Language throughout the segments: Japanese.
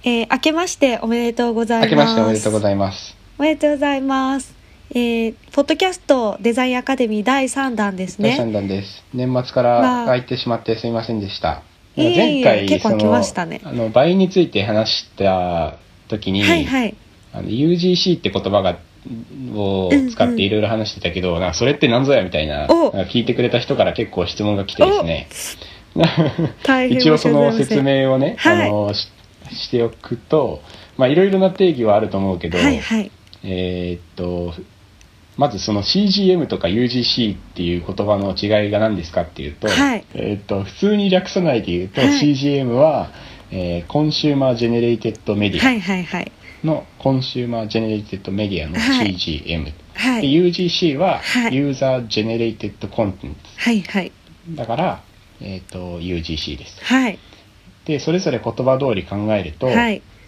明けましておめでとうございます。 明けましておめでとうございます。 おめでとうございます。ポッドキャストデザインアカデミー第3弾ですね。 第3弾です。年末から空いてしまってすいませんでした。前回結構空きましたね。 倍について話した時に、 はいはい、 UGC って言葉を使っていろいろ話してたけど、それって何ぞやみたいな、聞いてくれた人から結構質問が来てですね一応その説明をね、しておくと、いろいろな定義はあると思うけど、 はいはい、 まずその CGM とか UGC っていう言葉の違いが何ですかっていうと、 はい、 普通に略さないで言うと、はい、CGM は、コンシューマージェネレイテッドメディア、 はいはいはい、 のコンシューマージェネレイテッドメディアの CGM、 はい、 で UGC はユーザージェネレイテッドコンテンツ、 はいはい、 だから、UGC です、 はい、でそれぞれ言葉通り考えると、はい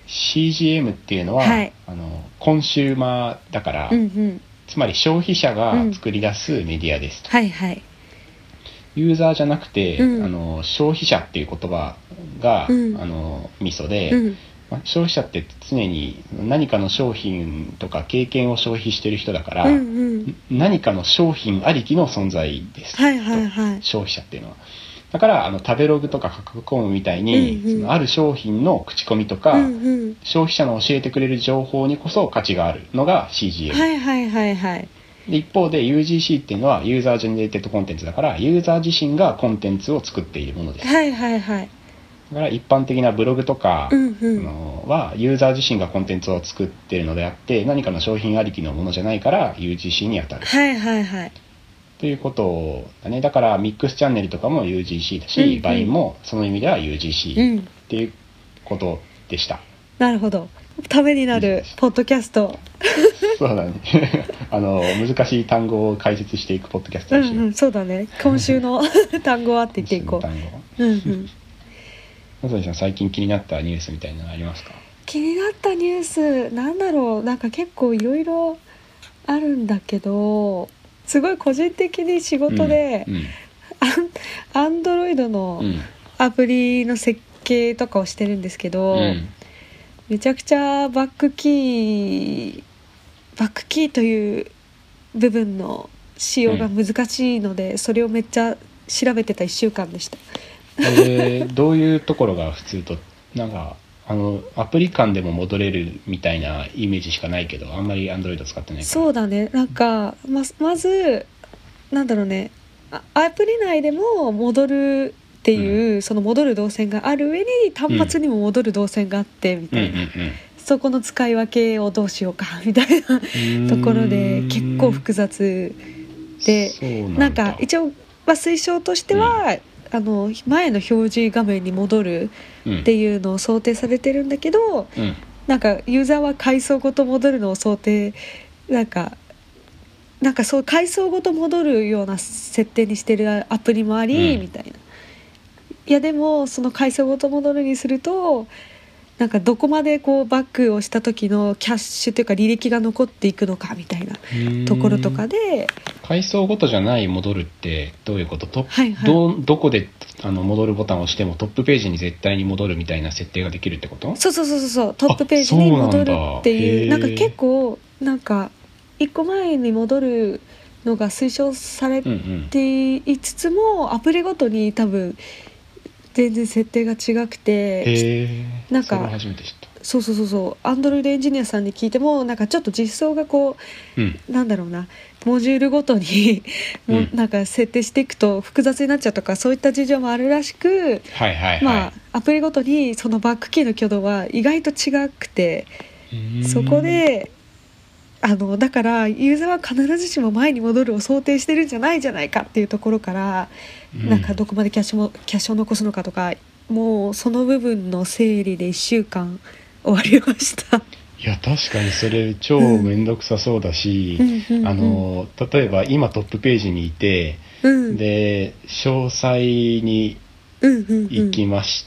、CGM っていうのは、はい、コンシューマーだから、つまり消費者が作り出すメディアですと、 はいはい、 ユーザーじゃなくて、消費者っていう言葉が、ミソで、消費者って常に何かの商品とか経験を消費してる人だから、何かの商品ありきの存在です、 はいはいはい、 消費者っていうのは。だから食べログとか価格コムみたいに、そのある商品の口コミとか、消費者の教えてくれる情報にこそ価値があるのが CGM、 はいはいはいはい、 で一方で UGC っていうのはユーザージェネレーテッドコンテンツだから、ユーザー自身がコンテンツを作っているものです。 はいはいはい。 だから一般的なブログとかはユーザー自身がコンテンツを作っているのであって、何かの商品ありきのものじゃないから UGC に当たる。 はいはいはい。 ということだね。だからミックスチャンネルとかも UGC だし、バインもその意味では UGC っていうことでした。 なるほど。ためになるポッドキャスト。 そうだね難しい単語を解説していくポッドキャストでしょ。 そうだね。今週の単語はって言っていこう。 まさにさん、最近気になったニュースみたいなのありますか？ 気になったニュースなんだろう。なんか結構いろいろあるんだけど、すごい個人的に仕事で、Android のアプリの設計とかをしてるんですけど、めちゃくちゃバックキーという部分の仕様が難しいので、それをめっちゃ調べてた1週間でした。 どういうところが普通と、なんかアプリ間でも戻れるみたいなイメージしかないけど、あんまり Android 使ってないから。 そうだね。なんか まずなんだろうね、アプリ内でも戻るっていう、その戻る動線がある上に端末にも戻る動線があってみたいな、そこの使い分けをどうしようかみたいなところで結構複雑で、なんか一応、推奨としては、前の表示画面に戻るっていうのを想定されてるんだけど、なんかユーザーは階層ごと戻るのを想定、なんかそう階層ごと戻るような設定にしてるアプリもあり、みたいな。いやでもその階層ごと戻るにすると、なんかどこまでこうバックをした時のキャッシュというか履歴が残っていくのかみたいなところとかで。 階層ごとじゃない戻るってどういうこと？どこで戻るボタンを押してもトップページに絶対に戻るみたいな設定ができるってこと？ そうトップページに戻るっていう、なんか結構なんか1個前に戻るのが推奨されていつつも、アプリごとに多分全然設定が違くて、なんか初めて知った。 そう Android エンジニアさんに聞いても、なんかちょっと実装がこう、なんだろうな、モジュールごとになんか設定していくと複雑になっちゃうとか、そういった事情もあるらしく、アプリごとにそのバックキーの挙動は意外と違くて、そこでだからユーザーは必ずしも前に戻るを想定してるんじゃないかっていうところから、なんかどこまでキャッシュを残すのかとか、もうその部分の整理で1週間終わりました。 いや確かにそれ超めんどくさそうだし、例えば今トップページにいて、で詳細に行きました、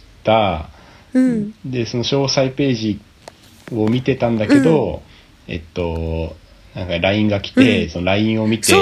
でその詳細ページを見てたんだけど、なんか LINE が来て、その LINE を見て、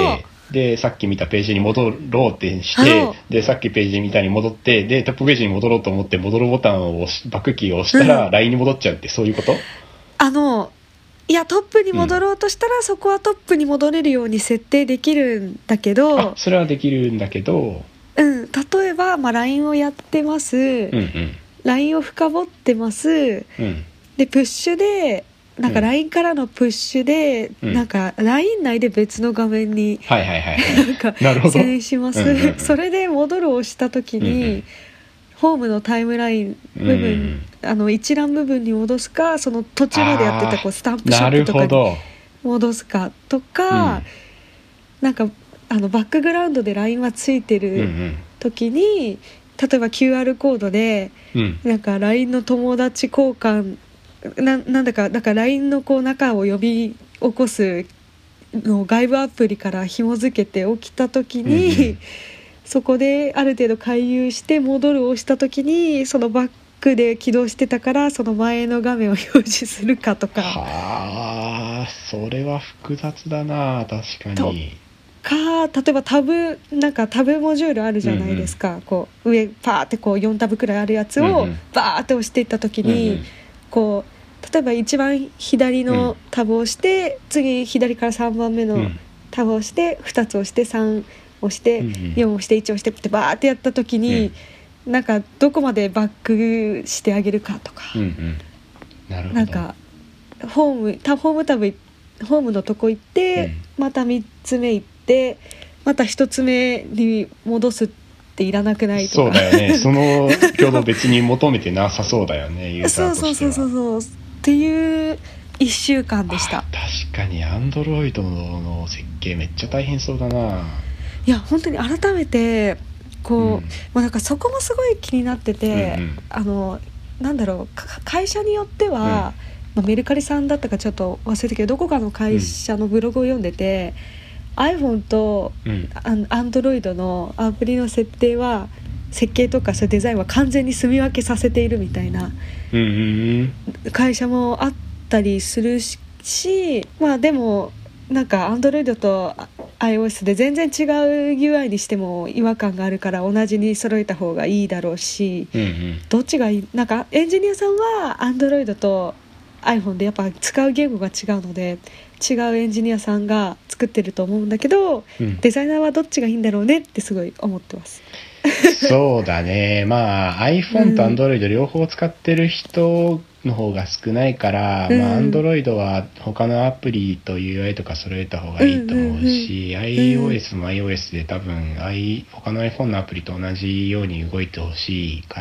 でさっき見たページに戻ろうってしてでさっきページみたいに戻ってでトップページに戻ろうと思って戻るボタンをバックキーを押したら LINE に戻っちゃうってそういうこと？ いやトップに戻ろうとしたら、そこはトップに戻れるように設定できるんだけど、 それはできるんだけど、 例えば、LINE をやってます、LINE を深掘ってます、でプッシュでなんか LINE からのプッシュで、なんか LINE 内で別の画面になんか遷移します。それで戻るを押した時に、ホームのタイムライン部分、一覧部分に戻すか、その途中までやってたスタンプショップとかに戻すかとか、なんかバックグラウンドで LINE はついてる時に、例えば QR コードで、なんか LINE の友達交換なんだかLINE の中を呼び起こすのを外部アプリから紐付けて起きた時に、そこである程度回遊して戻るを押した時にそのバックで起動してたからその前の画面を表示するかとか。 それは複雑だな。確かに。 例えばタブモジュールあるじゃないですか、上パーって4タブくらいあるやつをバーって押していった時に、例えば一番左のタブを押して、次左から3番目のタブを押して2つ押して3押して4押して1押してってバーってやった時に、なんかどこまでバックしてあげるかとか、 なるほど。 なんかホームのとこ行って、また3つ目行ってまた1つ目に戻すっていらなくないとか。 そうだよね。その挙動別に求めてなさそうだよね。ユーザーとしては。そうっていう1週間でした。 確かに Android の設計めっちゃ大変そうだな。 いや本当に改めてなんかそこもすごい気になってて、なんだろう、会社によっては、メルカリさんだったかちょっと忘れたけどどこかの会社のブログを読んでて、iPhone と、Android のアプリの設計とかそういうデザインは完全に住み分けさせているみたいな会社もあったりするし、でもなんか Android と iOS で全然違う UI にしても違和感があるから同じに揃えた方がいいだろうし、どっちがいい、なんかエンジニアさんは Android と iPhone でやっぱ使う言語が違うので違うエンジニアさんが作ってると思うんだけど、デザイナーはどっちがいいんだろうねってすごい思ってます。 そうだね。iPhone と Android 両方使ってる人の方が少ないから、Android は他のアプリと UI とか揃えた方がいいと思うし、iOS も iOS で多分他の iPhone のアプリと同じように動いてほしいから、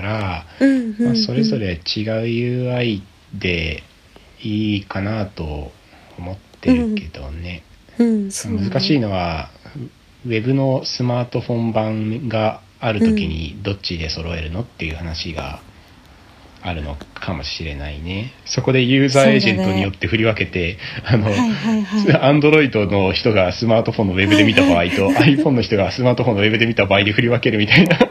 それぞれ違う UI でいいかなと思ってるけどね。難しいのはウェブのスマートフォン版がある時にどっちで揃えるのっていう話があるのかもしれないね。そこでユーザーエージェントによって振り分けて、Android の人がスマートフォンのウェブで見た場合と、iPhone の人がスマートフォンのウェブで見た場合で振り分けるみたいな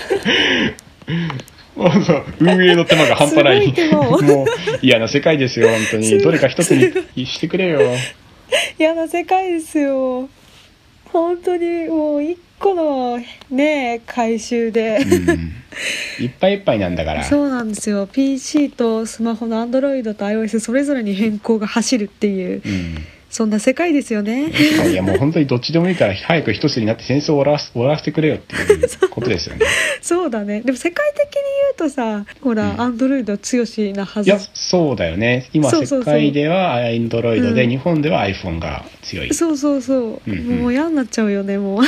運営の手間が半端ないもう嫌な世界ですよ本当に。どれか一つにしてくれよ。 嫌な世界ですよ本当に。もう一個のね回収で、 いっぱいいっぱいなんだから。 そうなんですよ。 PC とスマホの Android と iOS それぞれに変更が走るっていう、そんな世界ですよね。 いやもう本当にどっちでもいいから早く一つになって戦争を終わらせてくれよっていうことですよね。 そうだね。でも世界的に言うとさ、ほら、Android 強しなはず。 いやそうだよね。今世界では Android で、日本では iPhone が強い。 そう、もう嫌になっちゃうよねもう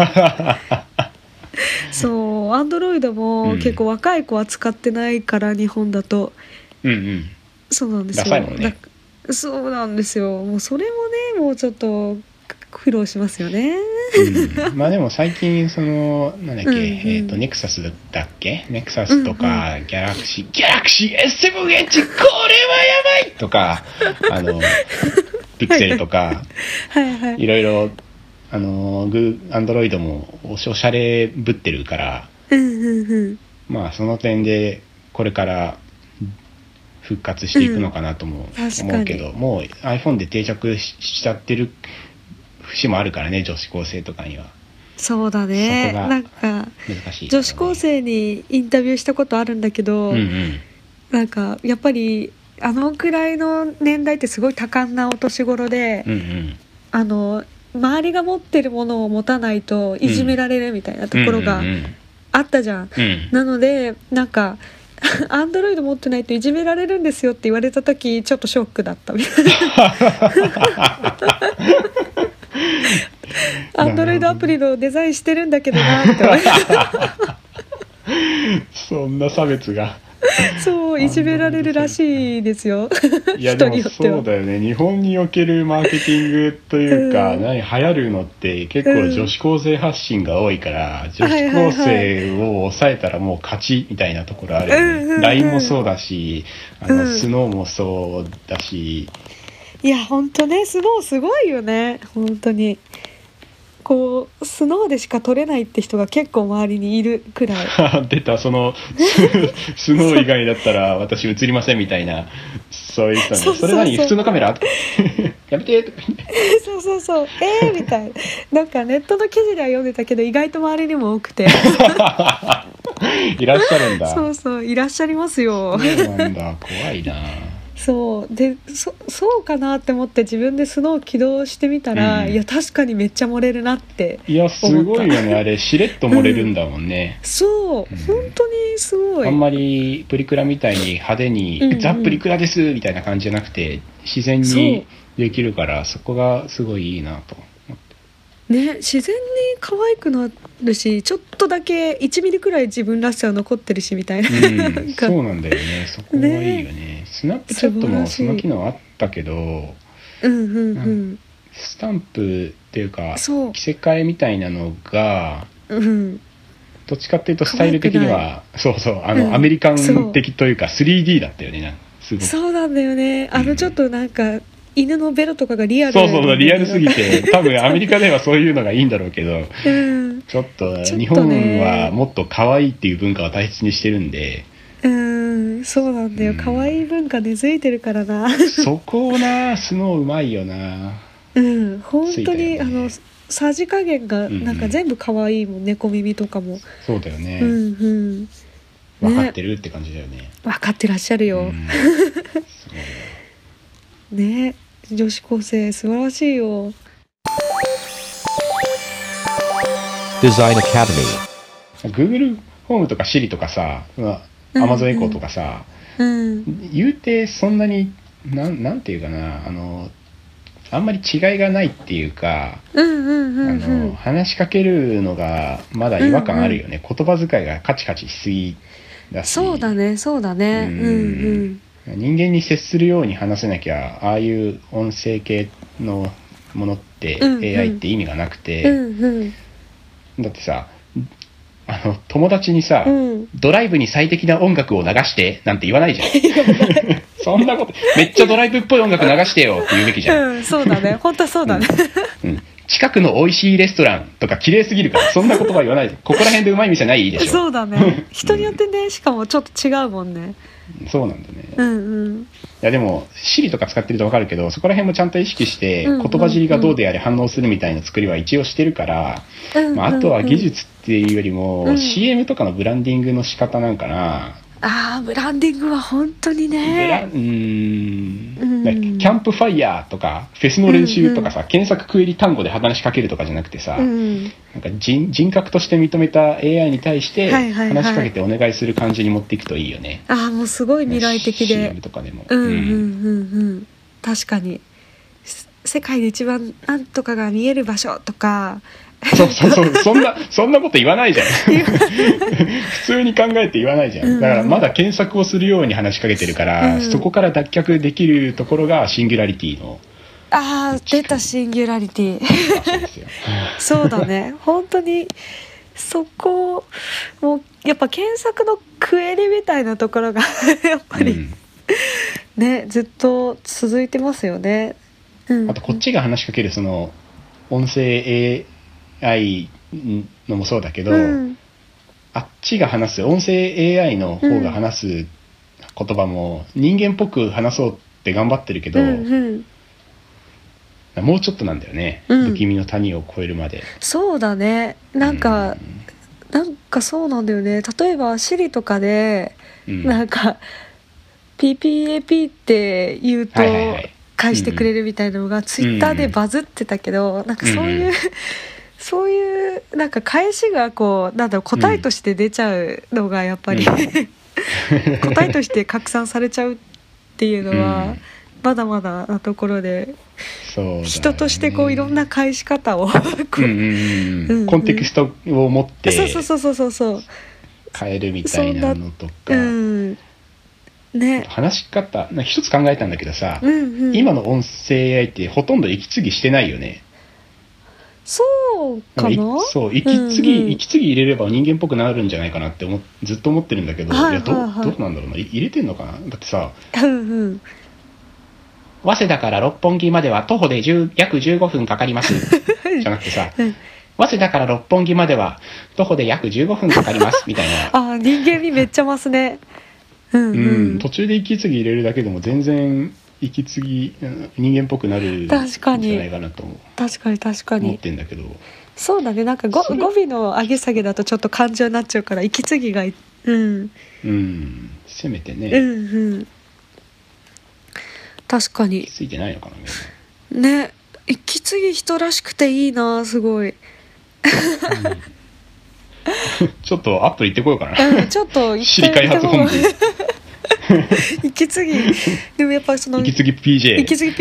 そう、Android も結構若い子は使ってないから日本だと、そうなんですよ。 ダサいもんね。 そうなんですよ。もうそれもねもうちょっと苦労しますよね。 でも最近なんだっけ、ネクサスだっけ、ネクサスとか、ギャラクシー S7 Edge これはやばいとかピクセルとかいろいろAndroid もおしゃれぶってるから、その点でこれから復活していくのかなとも思うけど、もう iPhone で定着しちゃってる節もあるからね、女子高生とかには。 そうだね。なんか難しい、ね、 女子高生にインタビューしたことあるんだけど、 うんうん、 なんかやっぱりあのくらいの年代ってすごい多感なお年頃で、 うんうん、 周りが持ってるものを持たないといじめられるみたいなところがあったじゃん、 うんうん、 なのでなんかアンドロイド持ってないといじめられるんですよって言われた時ちょっとショックだったみたいなアンドロイドアプリのデザインしてるんだけどなってそんな差別がそういじめられるらしいですよいやでもそうだよね、日本におけるマーケティングというか、流行るのって結構女子高生発信が多いから、女子高生を抑えたらもう勝ちみたいなところあるよね、LINE もそうだしスノーもそうだし、 いや本当ね、スノーすごいよね、本当にこうスノーでしか撮れないって人が結構周りにいるくらい出た、そのスノー以外だったら私映りませんみたいな、そういう人ね。それ何普通のカメラやめてとかそうそうそうみたいな、なんかネットの記事では読んでたけど意外と周りにも多くていらっしゃるんだ。 そうそういらっしゃいますよ。 そうなんだ、怖いな。 そうでそうかなって思って自分でスノー起動してみたら、いや確かにめっちゃ漏れるなって思った。 いやすごいよね、あれしれっと漏れるんだもんね、 そう、本当にすごい。 あんまりプリクラみたいに派手に、ザ・プリクラですみたいな感じじゃなくて自然にできるから、そこがすごいいいなと思ってね、自然に可愛くなるし、ちょっとだけ1ミリくらい自分らしさが残ってるしみたいな、 そうなんだよね、そこがいいよね。スナップチャットもその機能あったけど、スタンプっていうか着せ替えみたいなのが、どっちかっていうとスタイル的にはそうアメリカン的というか 3D だったよね、すごく。 そうなんだよね、ちょっとなんか犬のベロとかがリアルだよね。 そうリアルすぎて多分アメリカではそういうのがいいんだろうけど、ちょっと日本はもっと可愛いっていう文化を大切にしてるんで、 そうなんだよ、可愛い文化根付いてるからなそこをな、スノーうまいよな。 本当に、ね、さじ加減がなんか全部可愛いもん、猫耳とかも。 そうだよね、分かってるって感じだよね。 分かってらっしゃるよ、ね、女子高生素晴らしいよ。 デザインアカデミー、Google ホームとか Siri とかさ、Amazon エコーとかさ、言うてそんなになんていうかな、あんまり違いがないっていうか、話しかけるのがまだ違和感あるよね、言葉遣いがカチカチしすぎだし。そうだねそうだね、 人間に接するように話せなきゃ、ああいう音声系のものって、AI って意味がなくて、だってさ、友達にさ、ドライブに最適な音楽を流してなんて言わないじゃんそんなこと、めっちゃドライブっぽい音楽流してよって言うべきじゃん、 そうだね、本当はそうだね、 近くの美味しいレストランとか綺麗すぎるから、そんな言葉言わないでここら辺でうまい店ないでしょそうだね、人によってね、しかもちょっと違うもんね。 そうなんだね、いやでも Siri とか使ってると分かるけど、そこら辺もちゃんと意識して言葉尻がどうであれ反応するみたいな作りは一応してるから、あとは技術っていうよりも、CM とかのブランディングの仕方なんかな。 ブランディングは本当にね、 キャンプファイヤーとかフェスの練習とかさ、検索クエリ単語で話しかけるとかじゃなくてさ、なんか人格として認めた AI に対して話しかけてお願いする感じに持っていくといいよね。 もうすごい未来的で、 CM とかでも、 確かに世界で一番なんとかが見える場所とかそんなこと言わないじゃん普通に考えて言わないじゃん。だからまだ検索をするように話しかけてるから、そこから脱却できるところがシンギュラリティの。 出たシンギュラリティそうだね、本当にそこもうやっぱ検索のクエリみたいなところがやっぱり、ね、ずっと続いてますよね。 あとこっちが話しかけるその音声 AI のもそうだけど、あっちが話す音声 AI の方が話す言葉も人間っぽく話そうって頑張ってるけど、 もうちょっとなんだよね、不気味の谷を越えるまで。 そうだね、なんかそうなんだよね。例えば Siri とかで、なんか PPAP って言うと返してくれるみたいなのが Twitter でバズってたけど、なんかそういうなんか返しがこうなんだろう、答えとして出ちゃうのがやっぱり答えとして拡散されちゃうっていうのはまだまだなところで、 そうだね、 人としてこういろんな返し方をコンテクストを持って変えるみたいなのとか、 ね、 話し方一つ考えたんだけどさ、今の音声 AI ってほとんど息継ぎしてないよね。 そうかな。 そう息継ぎ入れれば人間っぽくなるんじゃないかなってずっと思ってるんだけど、いやどうなんだろうな、入れてんのかな。だってさ、早稲田から六本木までは徒歩で約15分かかりますじゃなくてさ、早稲田から六本木までは徒歩で約15分かかりますみたいな。 人間味めっちゃますね。 途中で息継ぎ入れるだけでも全然息継ぎ人間っぽくなるんじゃないかなと思ってんだけど。 そうだね、なんか語尾の上げ下げだとちょっと感情になっちゃうから息継ぎがせめてね、確かについてないのかなね。息継ぎ人らしくていいな、すごいちょっとアップル行ってこようかな、 ちょっと Siri開発本部息継ぎでもやっぱその息継ぎ PJ 息継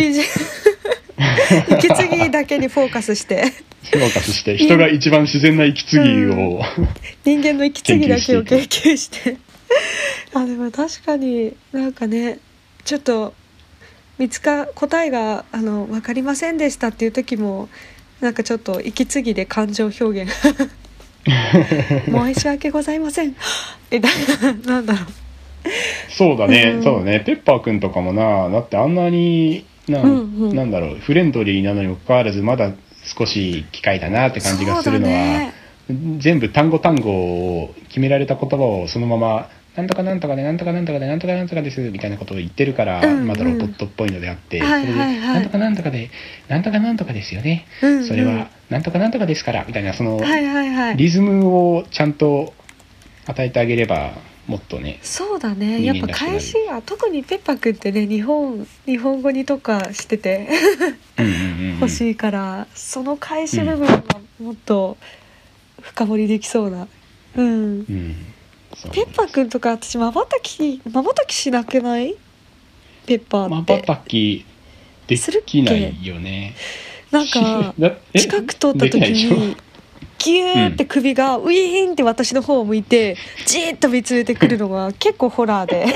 ぎだけにフォーカスして人が一番自然な息継ぎを、 人間の息継ぎだけを研究してでも確かになんかね、ちょっと答えが分かりませんでしたっていう時もなんかちょっと息継ぎで感情表現申し訳ございませんなんだろう。 そうだね、ペッパーくんとかもだってあんなになんだろう、フレンドリーなのにもかかわらずまだ少し機械だなって感じがするのは、全部単語を決められた言葉をそのままなんとかなんとかでなんとかなんとかでなんとかなんとかですみたいなことを言ってるから、まだロボットっぽいのであって、それでなんとかなんとかでなんとかなんとかですよね、それはなんとかなんとかですからみたいな、そのリズムをちゃんと与えてあげればもっとね。 そうだね、やっぱ返しが特にペッパーくんってね、日本語に特化してて欲しいから、その返し部分はもっと深掘りできそうな。ペッパーくんとか私まばたきしなくない？ペッパーってまばたきできないよね。 なんか近く通った時にギューって首がウィーンって私の方を向いてじーっと見つめてくるのが結構ホラーで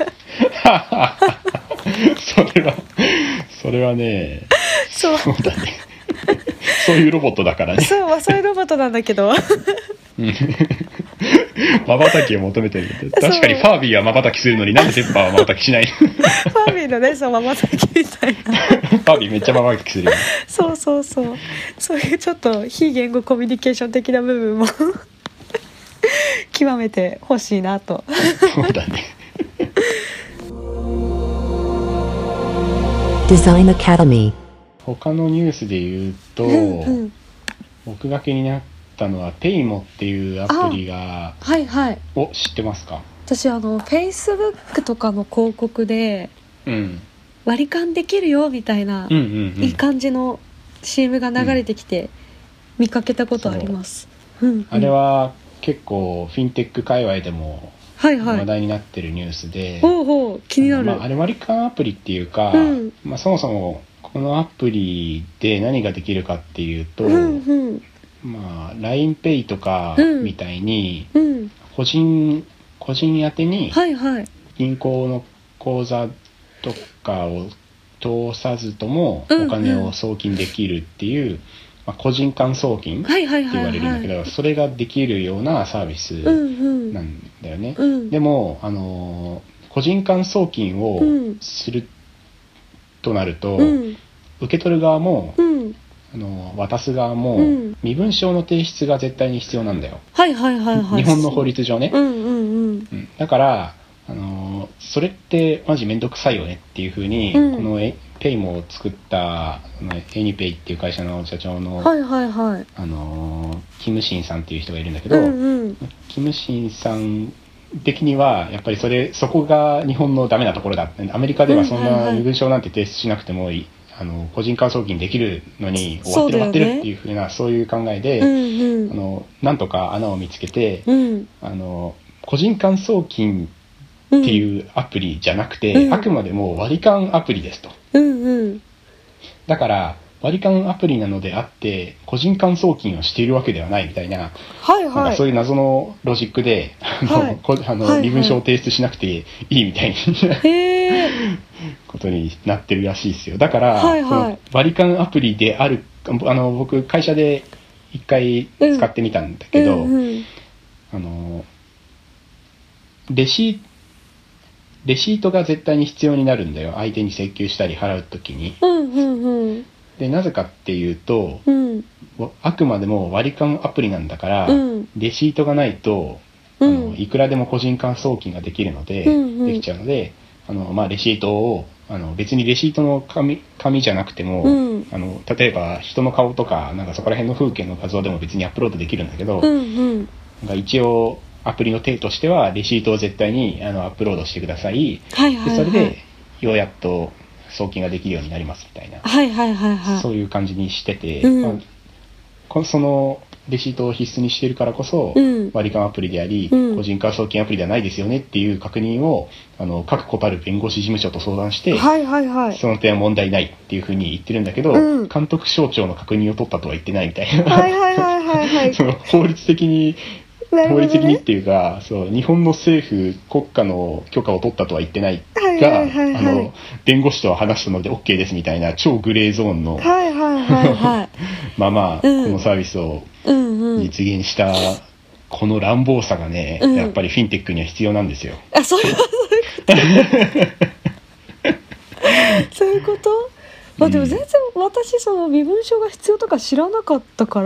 それはね、そうだねそういうロボットだからね。 そういうロボットなんだけどまばたきを求めてる。確かにファービーはまばたきするのになんでペッパーはまばたきしないファービーのね、まばたきみたいなファービーめっちゃまばたきするよね。 そういうちょっと非言語コミュニケーション的な部分も極めてほしいなと。 そうだね。 デザインアカデミー。 他のニュースで言うと、僕が気になったのは Paymo っていうアプリがを知ってますか？ 私Facebook とかの広告で割り勘できるよみたいな、いい感じの CM が流れてきて見かけたことあります。 あれは結構フィンテック界隈でも話題になってるニュースで、 気になる。 あれ割り勘アプリっていうか、そもそもこのアプリで何ができるかっていうと、LINEPay とかみたいに個人宛てに銀行の口座とかを通さずともお金を送金できるっていう、個人間送金って言われるんだけど、それができるようなサービスなんだよね。でも個人間送金をするとなると、受け取る側も渡す側も身分証の提出が絶対に必要なんだよ。日本の法律上ね。だからそれってマジめんどくさいよねっていうふうに、 うん、 このペイモを作ったエニペイっていう会社の社長の、 はいはいはい、 キムシンさんっていう人がいるんだけど、 うんうん、 キムシンさん的にはやっぱりそこが日本のダメなところだって、アメリカではそんな身分証なんて提出しなくてもいい、個人間送金できるのに終わってるっていう風なそういう考えで、 うんうん、 なんとか穴を見つけて、 うん、 個人間送金っていうアプリじゃなくて、あくまでも割り勘アプリですと。 うんうん、 だから割り勘アプリなのであって個人間送金をしているわけではないみたいな、 はいはい、 なんかそういう謎のロジックで、身分証を提出しなくていいみたいにことになってるらしいですよ。だから、 はいはい、 その割り勘アプリである、僕会社で一回使ってみたんだけど、レシートが絶対に必要になるんだよ、相手に請求したり払うときに。でなぜかっていうと、あくまでも割り勘アプリなんだから、レシートがないといくらでも個人間送金ができるので、できちゃうので、レシートを別にレシートの紙じゃなくても、例えば人の顔とかなんかそこら辺の風景の画像でも別にアップロードできるんだけど、なんか一応アプリの手としてはレシートを絶対にアップロードしてください、でそれでようやっと送金ができるようになりますみたいな、そういう感じにしてて、そのレシートを必須にしているからこそ、割り勘アプリであり、個人間送金アプリではないですよねっていう確認を各個たる弁護士事務所と相談して、その点は問題ないっていうふうに言ってるんだけど、監督省庁の確認を取ったとは言ってないみたいな、その法律的にっていうか、そう日本の政府国家の許可を取ったとは言ってないが、弁護士とは話したので OK ですみたいな超グレーゾーンのまま、このサービスを実現したこの乱暴さがね、やっぱりフィンテックには必要なんですよ。 あ、そういうこと。まあでも全然私その身分証が必要とか知らなかったから、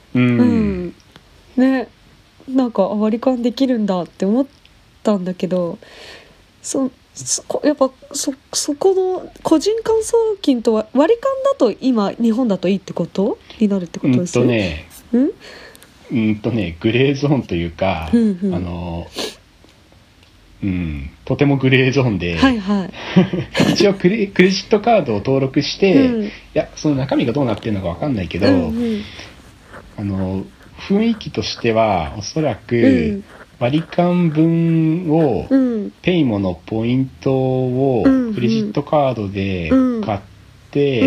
ね、なんか割り勘できるんだって思ったんだけど、やっぱそこの個人間送金とは割り勘だと今日本だといいってことになるってことですよね。 グレーゾーンというか、とてもグレーゾーンで、一応クレジットカードを登録して、いやその中身がどうなってるのか分かんないけど、雰囲気としてはおそらく割り勘分を、ペイモのポイントをクレジットカードで買って、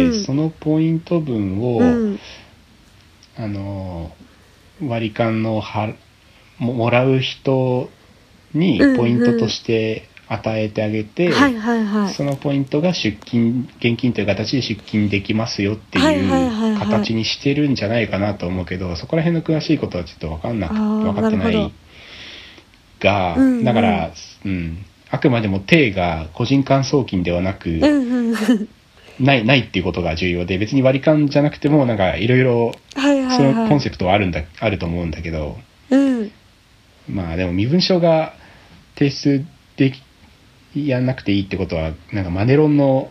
そのポイント分を、割り勘のもらう人にポイントとして与えてあげて、そのポイントが現金という形で出金できますよっていう形にしてるんじゃないかなと思うけど、そこら辺の詳しいことはちょっと分かってないが、だから、あくまでも手が個人間送金ではなく、ないっていうことが重要で、別に割り勘じゃなくてもなんかいろいろそのコンセプトはあると思うんだけど、まあでも身分証が提出やんなくていいってことはなんかマネロンの、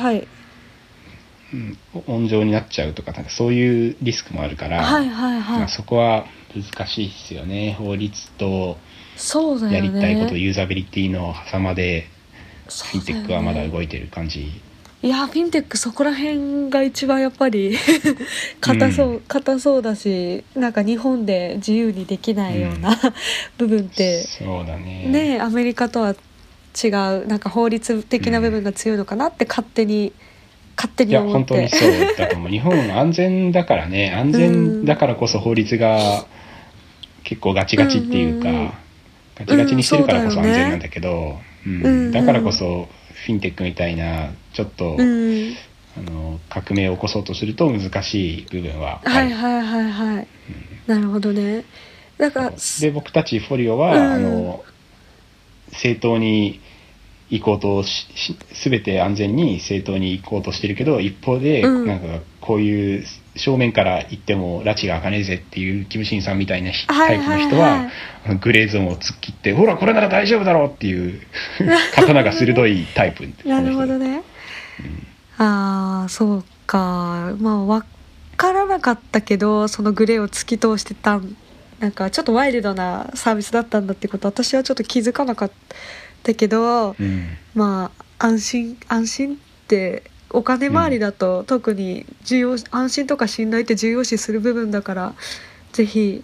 温情になっちゃうとか、なんかそういうリスクもあるから、そこは難しいですよね。法律とやりたいこと、ユーザビリティの狭間でフィンテックはまだ動いてる感じ。 いやフィンテックそこら辺が一番やっぱり硬そうだし、なんか日本で自由にできないような、部分ってそうだね、 アメリカとは違うなんか法律的な部分が強いのかなって勝手に思って。いや本当にそうだと思う。日本安全だからね、安全だからこそ法律が結構ガチガチっていうか、ガチガチにしてるからこそ安全なんだけど、だからこそフィンテックみたいなちょっと、革命を起こそうとすると難しい部分はある。 なるほどね。だからで僕たちフォリオは、正当に行こうと全て安全に正当に行こうとしてるけど、一方で、なんかこういう正面から行っても拉致が開かねえぜっていうキムシンさんみたいなタイプの人は、グレーゾーンを突っ切ってほらこれなら大丈夫だろうっていう刀が鋭いタイプなるほどね、ああそうか、まあ分からなかったけど、そのグレーを突き通してたなんかちょっとワイルドなサービスだったんだってこと、私はちょっと気づかなかったけど、まあ安心ってお金回りだと特に安心とか信頼って重要視する部分だから、ぜひ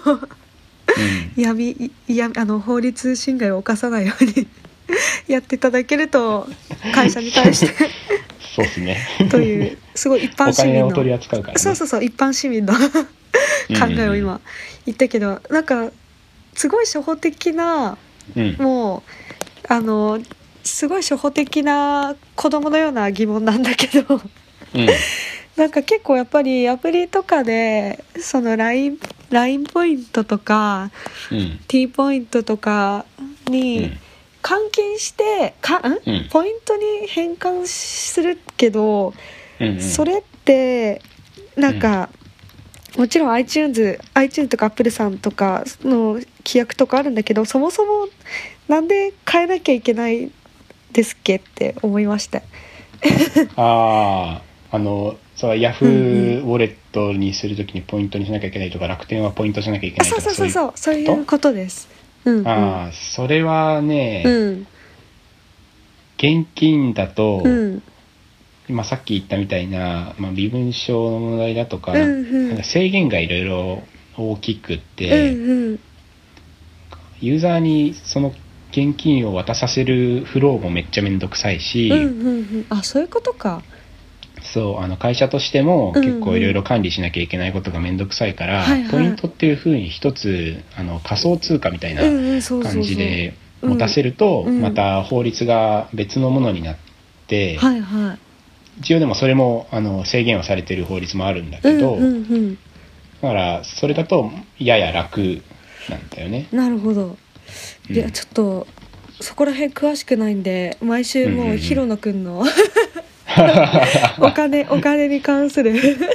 法律侵害を犯さないようにやっていただけると、会社に対してそうですねというすごい一般市民のお金を取り扱うからね、 そう一般市民の考えを今言ったけど、なんかすごい初歩的な、もうすごい初歩的な子供のような疑問なんだけどなんか結構やっぱりアプリとかでその LINE ポイントとか、T ポイントとかに換金してポイントに変換するけど、それってなんか、もちろん iTunes とか Apple さんとかの規約とかあるんだけど、そもそもなんで変えなきゃいけないですっけって思いましたそうヤフーウォレットにするときにポイントにしなきゃいけないとか、楽天はポイントしなきゃいけないとか、 そういうことです。 それはね、現金だと、さっき言ったみたいな、身分証の問題だとか、なんか制限がいろいろ大きくって、ユーザーにその現金を渡させるフローもめっちゃめんどくさいし、 そういうことか。 そう会社としても結構いろいろ管理しなきゃいけないことがめんどくさいから、ポイントっていう風に一つ仮想通貨みたいな感じで持たせると、また法律が別のものになって、一応でもそれも制限はされてる法律もあるんだけど、だからそれだとやや楽なんだよね。 なるほど。いやちょっとそこら辺詳しくないんで、毎週もう広野くんのお金に関する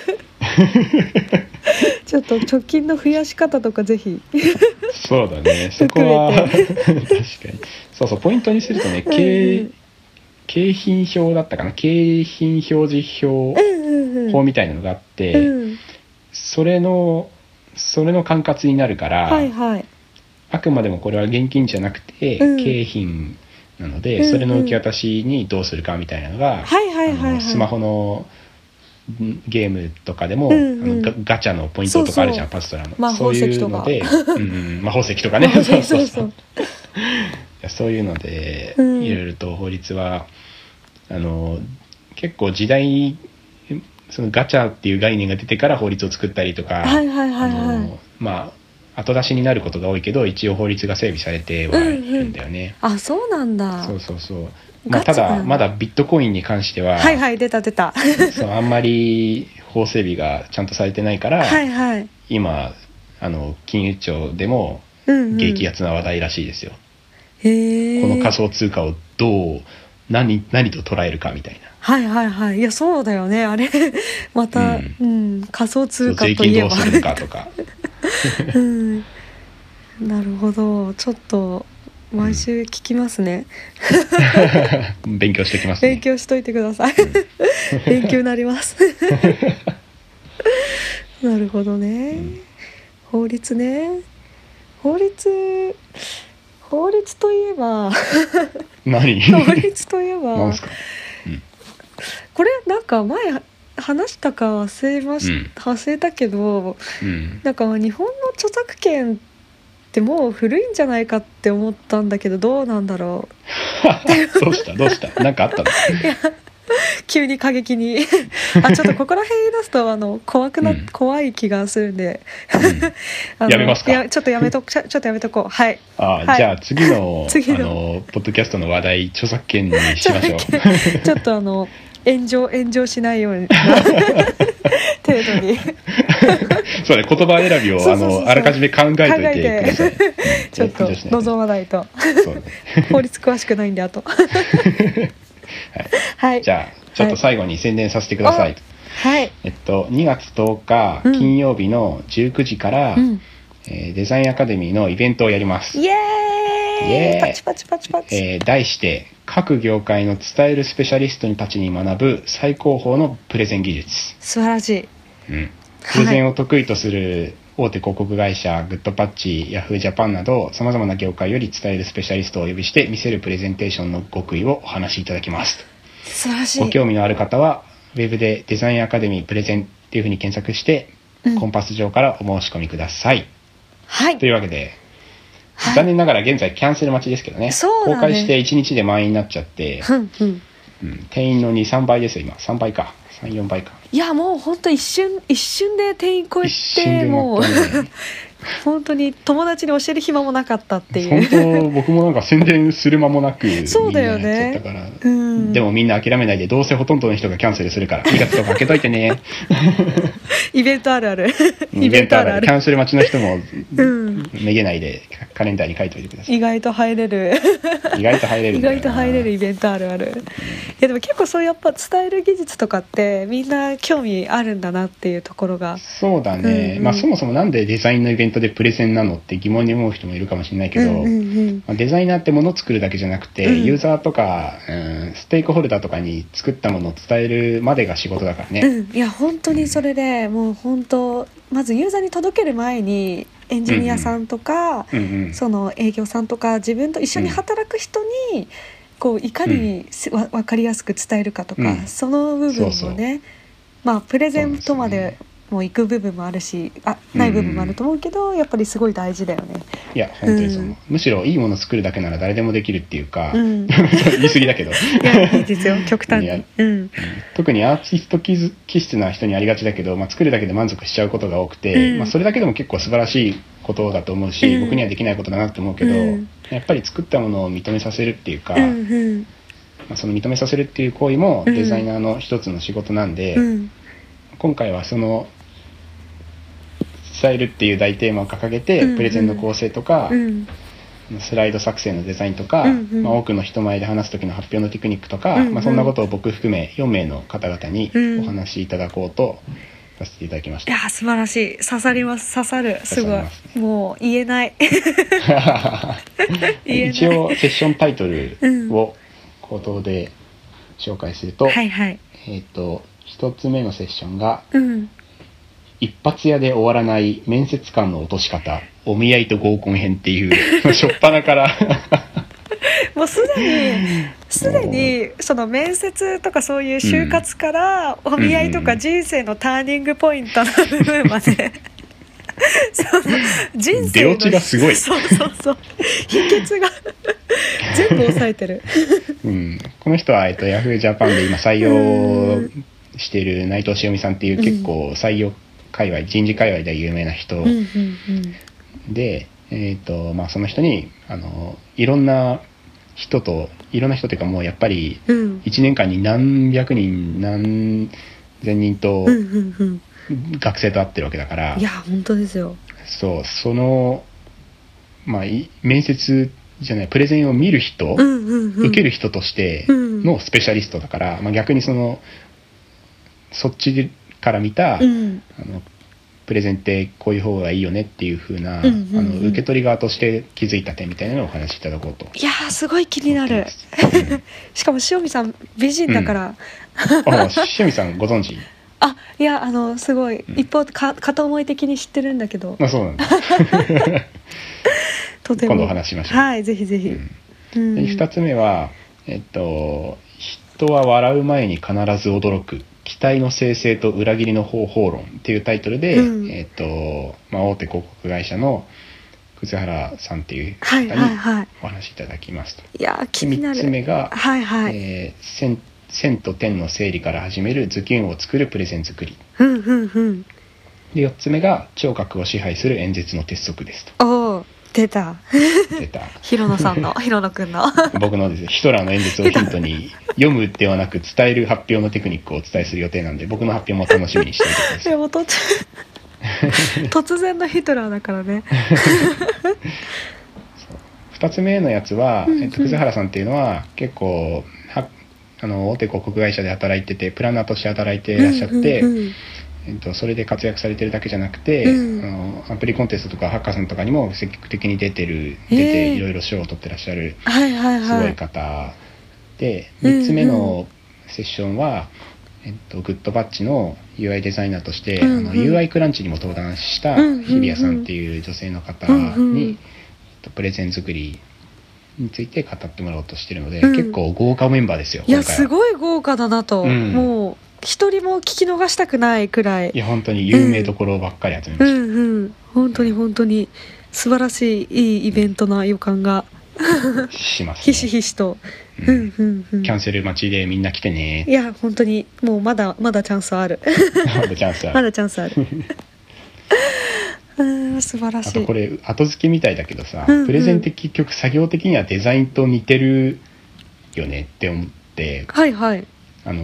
ちょっと貯金の増やし方とかぜひそうだね、そこは確かにそうポイントにするとね、景品表だったかな、景品表示表法みたいなのがあって、それの管轄になるから、あくまでもこれは現金じゃなくて景品なので、それの受け渡しにどうするかみたいなのが、スマホのゲームとかでも、ガチャのポイントとかあるじゃん、パズドラの魔法石とか、 魔法石とかねそういうので、いろいろと法律は結構時代、そのガチャっていう概念が出てから法律を作ったりとか、後出しになることが多いけど、一応法律が整備されてはいるんだよね。 そうなんだ。 ただまだビットコインに関しては出たあんまり法整備がちゃんとされてないから、今金融庁でも激アツな話題らしいですよ。この仮想通貨を何と捉えるかみたいな。 いやそうだよね、あれまた、仮想通貨といえば税金どうするかとかなるほど、ちょっと毎週聞きますね、 勉強してきますね。 勉強しといてください勉強になりますなるほどね、法律ね、法律といえば法律といえば何すか、 これなんか前話したか忘れたけど、なんか日本の著作権ってもう古いんじゃないかって思ったんだけど、どうなんだろうどうしたなんかあったのいや急に過激にちょっとここら辺言い出すと怖い気がするんでやめますか。 いやちょっとやめとこう。 じゃあ次のポッドキャストの話題、著作権にしましょうちょっと炎上しないような程度にそうね、言葉選びをあらかじめ考えといてください。 ちょっと望まないと。そうね、法律詳しくないんであと。 はい。じゃあちょっと最後に宣伝させてください。 はい。 2月10日金曜日の19時から、デザインアカデミーのイベントをやります。 イエーイ。パチパチパチパチ。 題して各業界の伝えるスペシャリストにたちに学ぶ最高峰のプレゼン技術。 素晴らしい。 プレゼンを得意とする大手広告会社、グッドパッチ、ヤフージャパンなどさまざまな業界より伝えるスペシャリストをお呼びして見せるプレゼンテーションの極意をお話しいただきます。 素晴らしい。 ご興味のある方はウェブでデザインアカデミープレゼンっていうふうに検索して、コンパス上からお申し込みください。 はい。 というわけで、残念ながら現在キャンセル待ちですけどね。 そうだね。 公開して1日で満員になっちゃって、定員の 2,3 倍ですよ今。3倍か。3、4倍か。 いやもう本当一瞬で定員超えて、もう本当に友達に教える暇もなかったっていう。 本当僕もなんか宣伝する間もなくそうだよね。 みんなやっちゃったから、でもみんな諦めないで、どうせほとんどの人がキャンセルするから2月とか開けといてね。 イベントあるある。 イベントあるある。キャンセル待ちの人もめげないでカレンダーに書いておいてください。 意外と入れる。 意外と入れるイベントあるある。いやでも結構そうやっぱ伝える技術とかってみんな興味あるんだなっていうところが。 そうだね。まあそもそもなんでデザインのイベントでプレゼンなのって疑問に思う人もいるかもしれないけど、デザイナーってものを作るだけじゃなくて、ユーザーとか、ステークホルダーとかに作ったものを伝えるまでが仕事だからね。 いや本当にそれで、もう本当まずユーザーに届ける前にエンジニアさんとか、その営業さんとか自分と一緒に働く人にこういかに分かりやすく伝えるかとか、その部分をね、まあプレゼントまでも行く部分もあるし、ない部分もあると思うけど、やっぱりすごい大事だよね。 いや本当にそう、むしろいいもの作るだけなら誰でもできるっていうか、言い過ぎだけど、いやいいですよ極端に。 特にアーティスト気質な人にありがちだけど、作るだけで満足しちゃうことが多くて、それだけでも結構素晴らしいことだと思うし、僕にはできないことだなと思うけど、やっぱり作ったものを認めさせるっていうか、その認めさせるっていう行為もデザイナーの一つの仕事なんで、今回はその伝えるっていう大テーマを掲げて、プレゼンの構成とか、スライド作成のデザインとか、多くの人前で話す時の発表のテクニックとか、そんなことを僕含め4名の方々にお話しいただこうとさせていただきました。 いや素晴らしい。刺さります。刺さる。すごい。もう言えない。 一応セッションタイトルを口頭で紹介すると、一つ目のセッションが、一発屋で終わらない面接官の落とし方、お見合いと合コン編っていう初っ端からもうすでにその面接とかそういう就活からお見合いとか人生のターニングポイントの部分までその人生の出落ちがすごい。 そう秘訣が全部抑えてる。 この人は、ヤフージャパンで今採用している内藤しおみさんっていう結構採用界隈、人事界隈で有名な人で、その人にいろんな人というか、もうやっぱり1年間に何百人何千人と学生と会ってるわけだから、 いや本当ですよ。 その面接じゃないプレゼンを見る人、受ける人としてのスペシャリストだから、逆にそっちから見た、プレゼンってこういう方がいいよねっていう風な、受け取り側として気づいた点みたいなのをお話しいただこうと。 いやすごい気になる。しかも塩見さん美人だから、 塩見さんご存知？ いやすごい、一方片思い的に知ってるんだけど。 そうなんだ。 とても今度お話しましょう。 はい、ぜひぜひ。 2つ目は、人は笑う前に必ず驚く期待の生成と裏切りの方法論っていうタイトルで、大手広告会社の葛原さんっていう方にお話しいただきますと。 いや気になる。 3つ目が、線と点の整理から始めるズキュンを作るプレゼン作り。で4つ目が聴覚を支配する演説の鉄則ですと。 出た広野さんの広野くんの僕のですね、ヒトラーの演説をヒントに読むではなく伝える発表のテクニックをお伝えする予定なんで、僕の発表も楽しみにしていてください。 突然のヒトラーだからね。 2つ目のやつは、葛原さんっていうのは結構大手広告会社で働いてて、プランナーとして働いていらっしゃって、それで活躍されてるだけじゃなくて、アプリコンテストとかハッカーさんとかにも積極的に出ていろいろ賞を取ってらっしゃるすごい方で、3つ目のセッションは、グッドバッチの UI デザイナーとして、UI クランチにも登壇した日比谷さんっていう女性の方に、プレゼン作りについて語ってもらおうとしてるので、結構豪華メンバーですよ。 いやすごい豪華だなと、もう一人も聞き逃したくないくらい。 いや本当に有名どころばっかり集めました。 本当に本当に素晴らしいいいイベントな予感がしますね。 ひしひしと。 キャンセル待ちでみんな来てね。 いや本当にもうまだチャンスある。 まだチャンスある。 まだチャンスある。素晴らしい。 あとこれ後付けみたいだけどさ、プレゼンって結局作業的にはデザインと似てるよねって思って、 はいはい。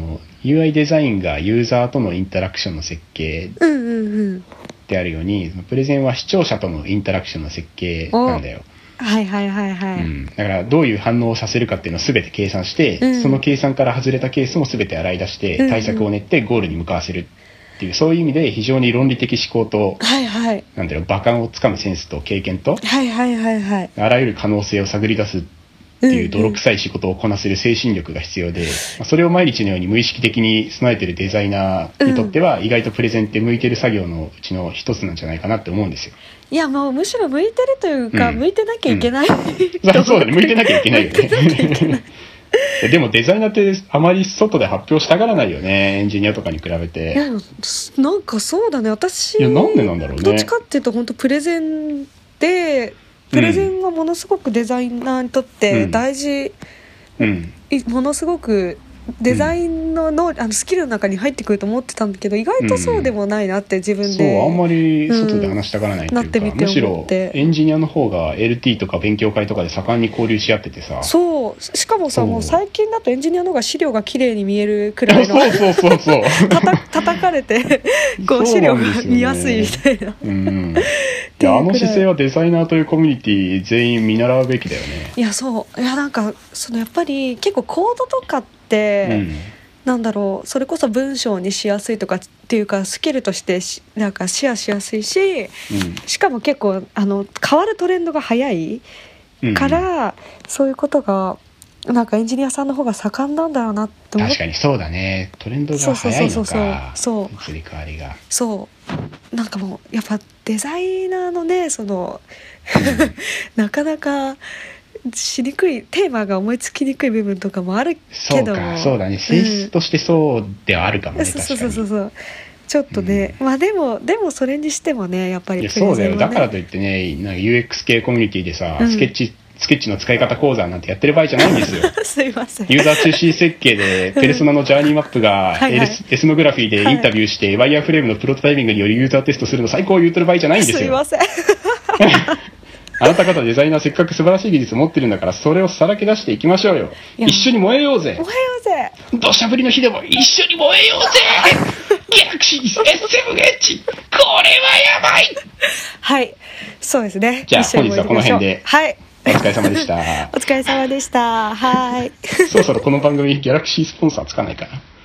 UI デザインがユーザーとのインタラクションの設計であるように、プレゼンは視聴者とのインタラクションの設計なんだよ。 はいはいはいはい、 だからどういう反応をさせるかっていうのを全て計算して、その計算から外れたケースも全て洗い出して、対策を練ってゴールに向かわせるっていう、そういう意味で非常に論理的思考と、なんだろう、馬感をつかむセンスと経験と、あらゆる可能性を探り出すっていう泥臭い仕事をこなせる精神力が必要で、それを毎日のように無意識的に備えてるデザイナーにとっては、意外とプレゼンって向いてる作業のうちの一つなんじゃないかなって思うんですよ。 いやもうむしろ向いてるというか、向いてなきゃいけない、 そうだね、向いてなきゃいけないよね。でもデザイナーってあまり外で発表したがらないよね、エンジニアとかに比べて。 いやなんかそうだね、私いやなんでなんだろうね。 どっちかっていうと本当プレゼンで、プレゼンはものすごくデザイナーにとって大事、ものすごくデザインのスキルの中に入ってくると思ってたんだけど、意外とそうでもないなって自分で、 そうあんまり外で話したがらないっていうか、むしろエンジニアの方が LT とか勉強会とかで盛んに交流し合っててさ、 そうしかもさ、もう最近だとエンジニアの方が資料が綺麗に見えるくらいのそう叩かれてこう資料が見やすいみたいな。 いや姿勢はデザイナーというコミュニティ全員見習うべきだよね。 いやそういやなんかやっぱり結構コードとかって、なんだろう、それこそ文章にしやすいとかっていうかスキルとしてなんかシェアしやすいし、しかも結構変わるトレンドが早いから、そういうことがなんかエンジニアさんの方が盛んなんだよなって思って。 確かにそうだね、トレンドが早いのか、移り変わりが。 そうなんかもうやっぱデザイナーのねなかなかしにくいテーマが思いつきにくい部分とかもあるけども、 そうだね、性質としてそうではあるかもね、確かに。 そうちょっとね、まあでもそれにしてもね、やっぱりプレゼンはね、 そうだよ、だからといってね、なんか UX 系コミュニティでさ、スケッチの使い方講座なんてやってる場合じゃないんですよ。 すいません。 ユーザー中心設計でペルソナのジャーニーマップがエスノグラフィーでインタビューして、ワイヤーフレームのプロトタイピングによりユーザーテストするの最高を言ってる場合じゃないんですよ。 すいません。 あなた方デザイナーせっかく素晴らしい技術持ってるんだから、それをさらけ出していきましょうよ。一緒に燃えようぜ。 燃えようぜ。 土砂降りの日でも一緒に燃えようぜ。ギャラクシー S7 エッジ、これはやばい。はい、そうですね。 じゃあ本日はこの辺で。 はい。 お疲れ様でした。 お疲れ様でした。はい。 そろそろこの番組ギャラクシースポンサーつかないかな。